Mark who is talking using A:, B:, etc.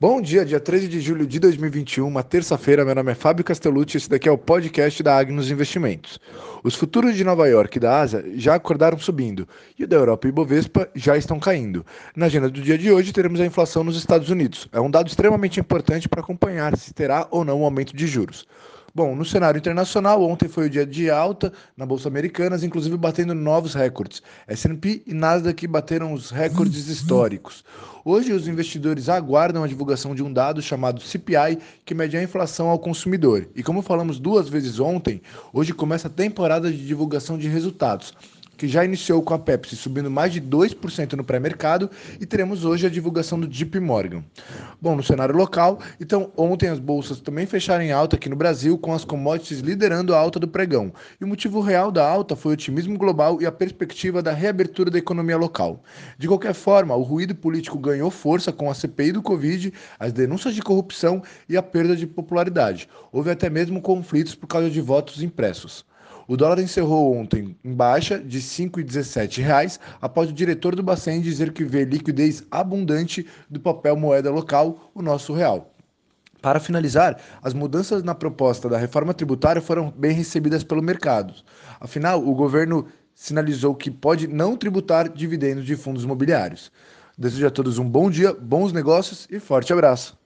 A: Bom dia, dia 13 de julho de 2021, uma terça-feira. Meu nome é Fábio Castellucci e esse daqui é o podcast da Agnos Investimentos. Os futuros de Nova York e da Ásia já acordaram subindo e o da Europa e Ibovespa já estão caindo. Na agenda do dia de hoje teremos a inflação nos Estados Unidos. É um dado extremamente importante para acompanhar se terá ou não um aumento de juros. Bom, no cenário internacional, ontem foi o dia de alta na Bolsa Americana, inclusive batendo novos recordes. S&P e Nasdaq bateram os recordes históricos. Hoje, os investidores aguardam a divulgação de um dado chamado CPI, que mede a inflação ao consumidor. E como falamos duas vezes ontem, hoje começa a temporada de divulgação de resultados, que já iniciou com a Pepsi subindo mais de 2% no pré-mercado, e teremos hoje a divulgação do JP Morgan. Bom, no cenário local, então ontem as bolsas também fecharam em alta aqui no Brasil, com as commodities liderando a alta do pregão. E o motivo real da alta foi o otimismo global e a perspectiva da reabertura da economia local. De qualquer forma, o ruído político ganhou força com a CPI do Covid, as denúncias de corrupção e a perda de popularidade. Houve até mesmo conflitos por causa de votos impressos. O dólar encerrou ontem em baixa de R$ 5,17, após o diretor do Bacen dizer que vê liquidez abundante do papel moeda local, o nosso real. Para finalizar, as mudanças na proposta da reforma tributária foram bem recebidas pelo mercado. Afinal, o governo sinalizou que pode não tributar dividendos de fundos imobiliários. Desejo a todos um bom dia, bons negócios e forte abraço.